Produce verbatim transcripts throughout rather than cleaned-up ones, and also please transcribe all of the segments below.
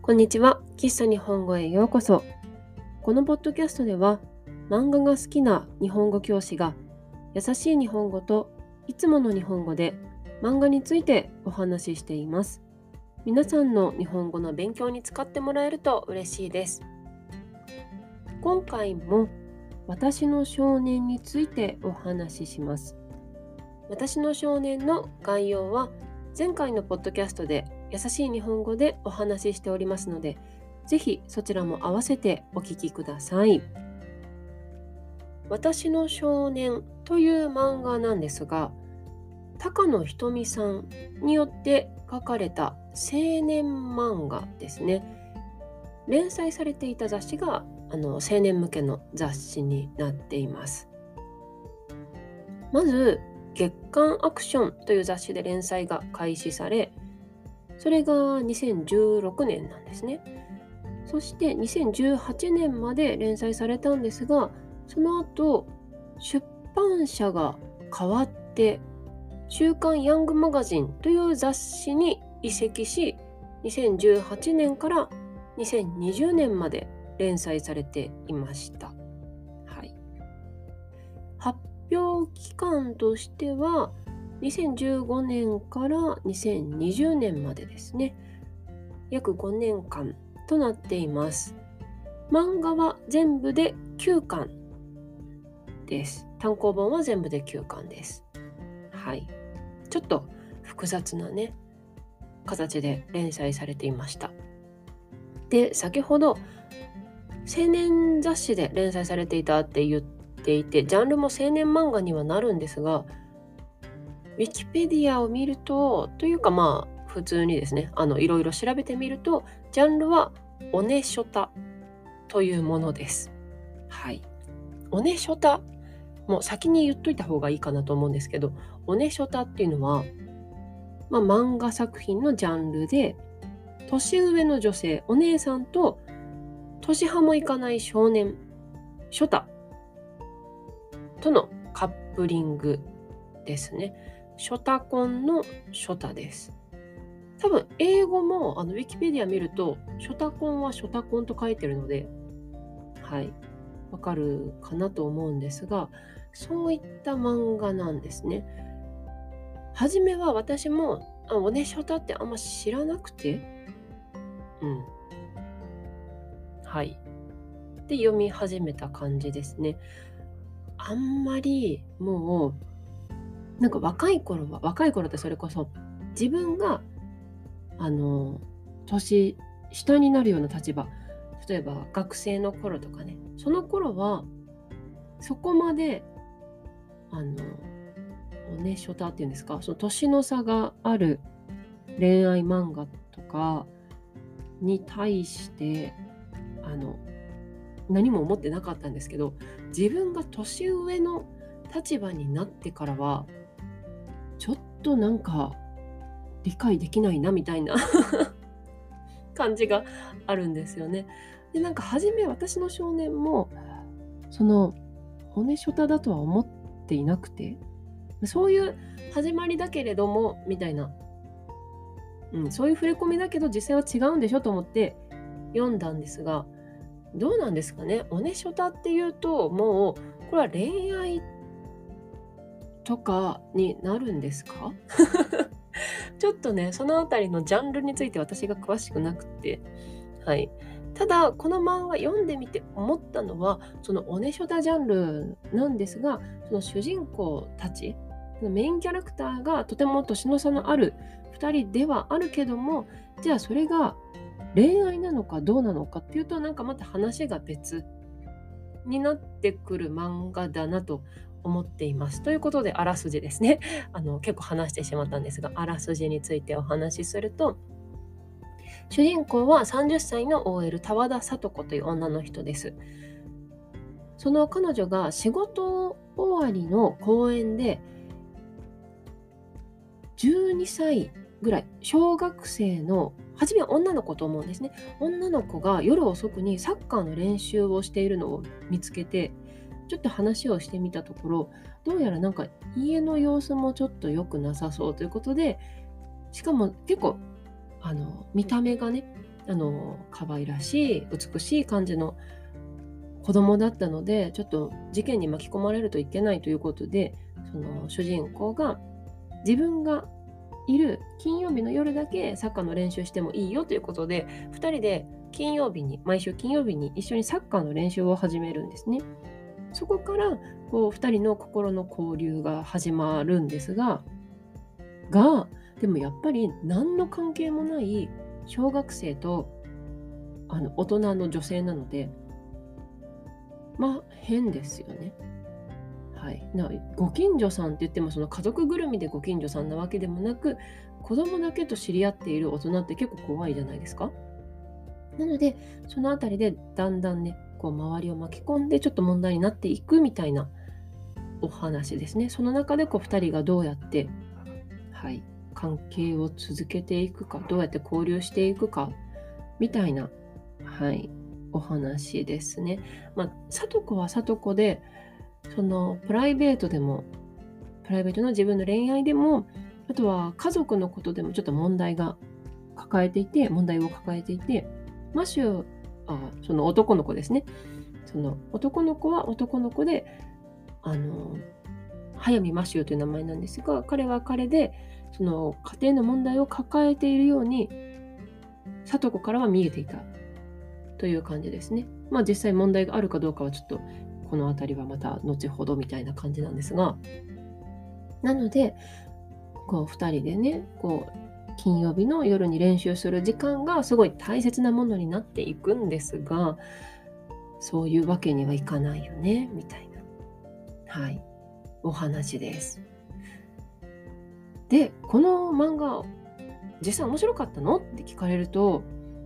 こんにちは。喫茶日本語へようこそ。このポッドキャストでは、漫画が好きな日本語教師が優しい日本語といつもの日本語で漫画についてお話ししています。皆さんの日本語の勉強に使ってもらえると嬉しいです。今回も私の少年についてお話しします。私の少年の概要は前回のポッドキャストで優しい日本語でお話ししておりますので、ぜひそちらも合わせてお聞きください。私の少年という漫画なんですが、高野ひとみさんによって書かれた青年漫画ですね。連載されていた雑誌があの青年向けの雑誌になっています。まず月刊アクションという雑誌で連載が開始され、それがにせんじゅうろくねんなんですね。そしてにせんじゅうはちねんまで連載されたんですが、その後出版社が変わって週刊ヤングマガジンという雑誌に移籍し、にせんじゅうはちねんからにせんにじゅうねんまで連載されていました。はい、発表期間としてはにせんじゅうごねんからにせんにじゅうねんまでですね。約ごねんかんとなっています。漫画は全部できゅうかんです。単行本は全部できゅうかんです。はい。ちょっと複雑なね、形で連載されていました。で、先ほど青年雑誌で連載されていたって言っていて、ジャンルも青年漫画にはなるんですが、ウィキペディアを見ると、というかまあ普通にですね、あのいろいろ調べてみると、ジャンルはおねしょたというものです。はい。おねしょた、もう先に言っといた方がいいかなと思うんですけど、おねしょたっていうのは、まあ、漫画作品のジャンルで、年上の女性、お姉さんと年派もいかない少年、ショタとのカップリングですね。ショタコンのショタです。多分英語もあのウィキペディア見るとショタコンはショタコンと書いてるので、はい、わかるかなと思うんですが、そういった漫画なんですね。はじめは私もあおねショタってあんま知らなくて、うん、はい。で読み始めた感じですね。あんまりもうなんか若い頃は若い頃ってそれこそ自分があの年下になるような立場、例えば学生の頃とかね、その頃はそこまであのおねしょたっていうんですか、その年の差がある恋愛漫画とかに対してあの何も思ってなかったんですけど、自分が年上の立場になってからはちょっとなんか理解できないなみたいな感じがあるんですよね。で、なんか初め私の少年もそのおねしょただとは思っていなくて、そういう始まりだけれどもみたいな、うん、そういう触れ込みだけど実際は違うんでしょと思って読んだんですが、どうなんですかね。おねしょたっていうともうこれは恋愛とかになるんですかちょっとね、そのあたりのジャンルについて私が詳しくなくて、はい。ただ、この漫画読んでみて思ったのは、そのおねしょたジャンルなんですが、その主人公たち、メインキャラクターがとても年の差のあるふたりではあるけども、じゃあそれが恋愛なのかどうなのかっていうと、なんかまた話が別になってくる漫画だなと思っています。ということで、あらすじですね。あの結構話してしまったんですが、あらすじについてお話しすると、主人公はさんじゅっさいの オーエル 田和田聡子という女の人です。その彼女が仕事終わりの公園でじゅうにさいぐらい、小学生の初めは女の子と思うんですね。女の子が夜遅くにサッカーの練習をしているのを見つけて、ちょっと話をしてみたところ、どうやらなんか家の様子もちょっと良くなさそうということで、しかも結構あの見た目がね、 あの可愛らしい美しい感じの子供だったので、ちょっと事件に巻き込まれるといけないということで、その主人公が自分がいる金曜日の夜だけサッカーの練習してもいいよということで、ふたりで金曜日に毎週金曜日に一緒にサッカーの練習を始めるんですね。そこからこうふたりの心の交流が始まるんですががでもやっぱり何の関係もない小学生とあの大人の女性なので、まあ変ですよね。はい、なご近所さんって言ってもその家族ぐるみでご近所さんなわけでもなく、子供だけと知り合っている大人って結構怖いじゃないですか。なのでそのあたりでだんだんねこう周りを巻き込んでちょっと問題になっていくみたいなお話ですね。その中でこうふたりがどうやって、はい、関係を続けていくか、どうやって交流していくかみたいな、はい、お話ですね。まあ、聡子は聡子でそのプライベートでもプライベートの自分の恋愛でも、あとは家族のことでもちょっと問題が抱えていて問題を抱えていて、マシューあその男の子ですね。その男の子は男の子で、あの早見マシューという名前なんですが、彼は彼でその家庭の問題を抱えているように聡子からは見えていたという感じですね。まあ実際問題があるかどうかはちょっとこの辺りはまた後ほどみたいな感じなんですが、なのでこうふたりでねこう金曜日の夜に練習する時間がすごい大切なものになっていくんですが、そういうわけにはいかないよねみたいな、はい、お話です。でこの漫画実際面白かったのって聞かれると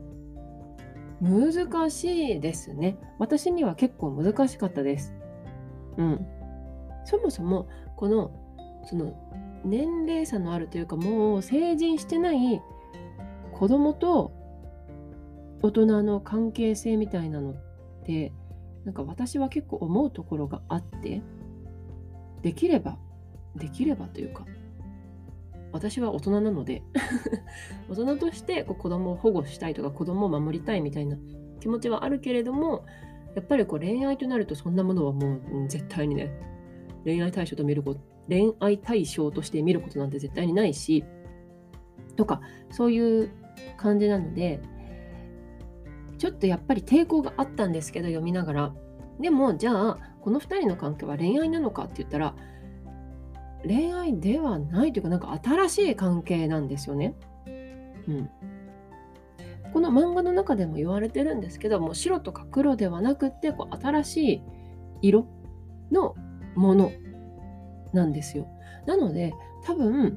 難しいですね。私には結構難しかったです。うん。そもそもこのその年齢差のあるというか、もう成人してない子供と大人の関係性みたいなのってなんか私は結構思うところがあって、できればできればというか私は大人なので大人としてこう子供を保護したいとか子供を守りたいみたいな気持ちはあるけれども、やっぱりこう恋愛となるとそんなものはもう、うん、絶対にね恋愛対象と見ること恋愛対象として見ることなんて絶対にないしとか、そういう感じなのでちょっとやっぱり抵抗があったんですけど、読みながらでもじゃあこのふたりの関係は恋愛なのかって言ったら恋愛ではないというか、なんか新しい関係なんですよね。うん、この漫画の中でも言われてるんですけども、白とか黒ではなくってこう新しい色のものなんですよ。なので多分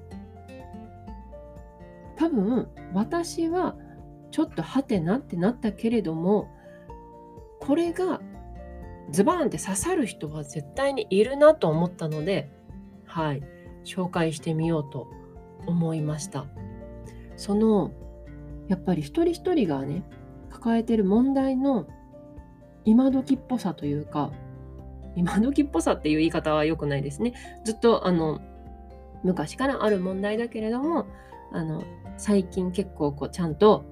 多分私はちょっとハテナってなったけれども、これがズバーンって刺さる人は絶対にいるなと思ったので、はい、紹介してみようと思いました。そのやっぱり一人一人がね抱えてる問題の今時っぽさというか、今時っぽさっていう言い方は良くないですね。ずっとあの昔からある問題だけれども、あの最近結構こうちゃんと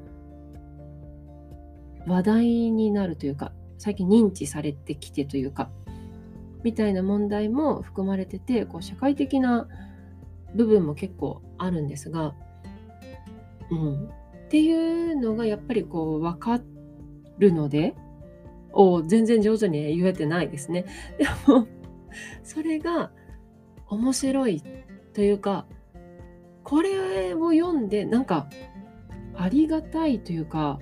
話題になるというか、最近認知されてきてというかみたいな問題も含まれてて、こう社会的な部分も結構あるんですが、うん、っていうのがやっぱりこう分かるので、お全然上手に言えてないですね。でもそれが面白いというか、これを読んでなんかありがたいというか、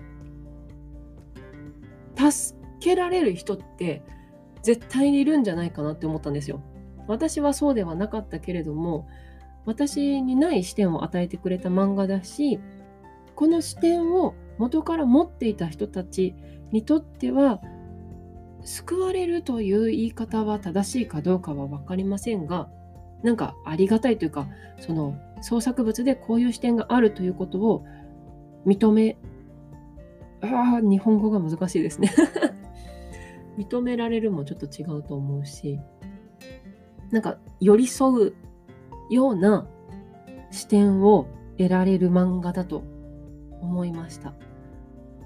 助けられる人って絶対にいるんじゃないかなって思ったんですよ。私はそうではなかったけれども、私にない視点を与えてくれた漫画だし、この視点を元から持っていた人たちにとっては救われるという言い方は正しいかどうかは分かりませんが、なんかありがたいというか、その創作物でこういう視点があるということを認めああ日本語が難しいですね認められるもちょっと違うと思うし、なんか寄り添うような視点を得られる漫画だと思いました。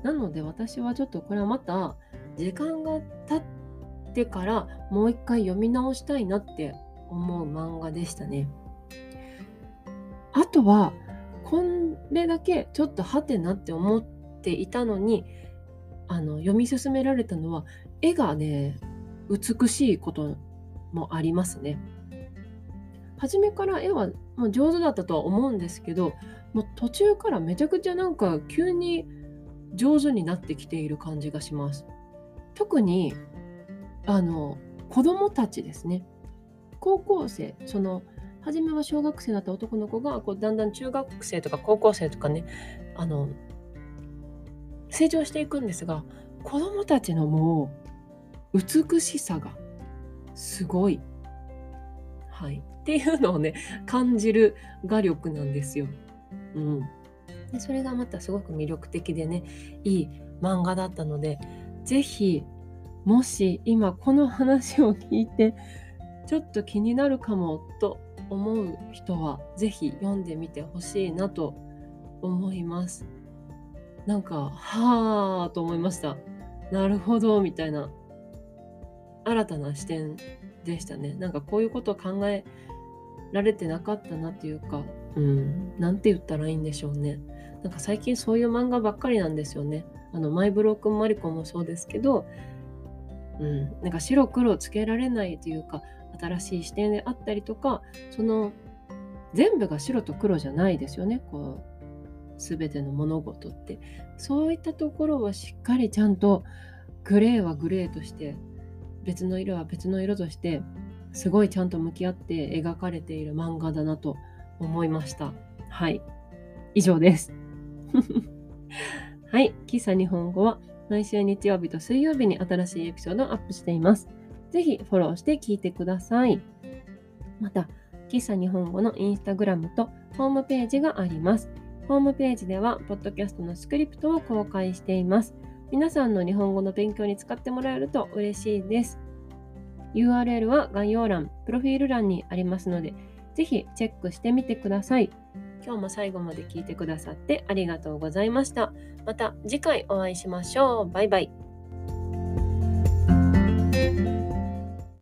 なので私はちょっとこれはまた時間が経ってからもう一回読み直したいなって思う漫画でしたね。あとはこれだけちょっとハテナって思っていたのに、あの読み進められたのは絵がね美しいこともありますね。初めから絵はもう上手だったとは思うんですけど、もう途中からめちゃくちゃなんか急に上手になってきている感じがします。特にあの子供たちですね。高校生、その初めは小学生だった男の子がこうだんだん中学生とか高校生とかね、あの成長していくんですが、子供たちのもう美しさがすごい、はい、っていうのをね感じる画力なんですよ。うん、でそれがまたすごく魅力的でね、いい漫画だったので、ぜひもし今この話を聞いてちょっと気になるかもと思う人はぜひ読んでみてほしいなと思います。なんかはーと思いました。なるほどみたいな新たな視点でしたね。なんかこういうことを考えられてなかったなっていうか、うん、なんて言ったらいいんでしょうね。なんか最近そういう漫画ばっかりなんですよね。あのマイブロークンマリコもそうですけど、うん、なんか白黒つけられないというか、新しい視点であったりとか、その全部が白と黒じゃないですよね。こう全ての物事って、そういったところはしっかりちゃんとグレーはグレーとして、別の色は別の色としてすごいちゃんと向き合って描かれている漫画だなと思いました。はい、以上ですはい、喫茶日本語は毎週日曜日と水曜日に新しいエピソードをアップしています。ぜひフォローして聞いてください。また、喫茶日本語のインスタグラムとホームページがあります。ホームページでは、ポッドキャストのスクリプトを公開しています。皆さんの日本語の勉強に使ってもらえると嬉しいです。ユーアールエル は概要欄、プロフィール欄にありますので、ぜひチェックしてみてください。今日も最後まで聞いてくださってありがとうございました。また次回お会いしましょう。バイバイ。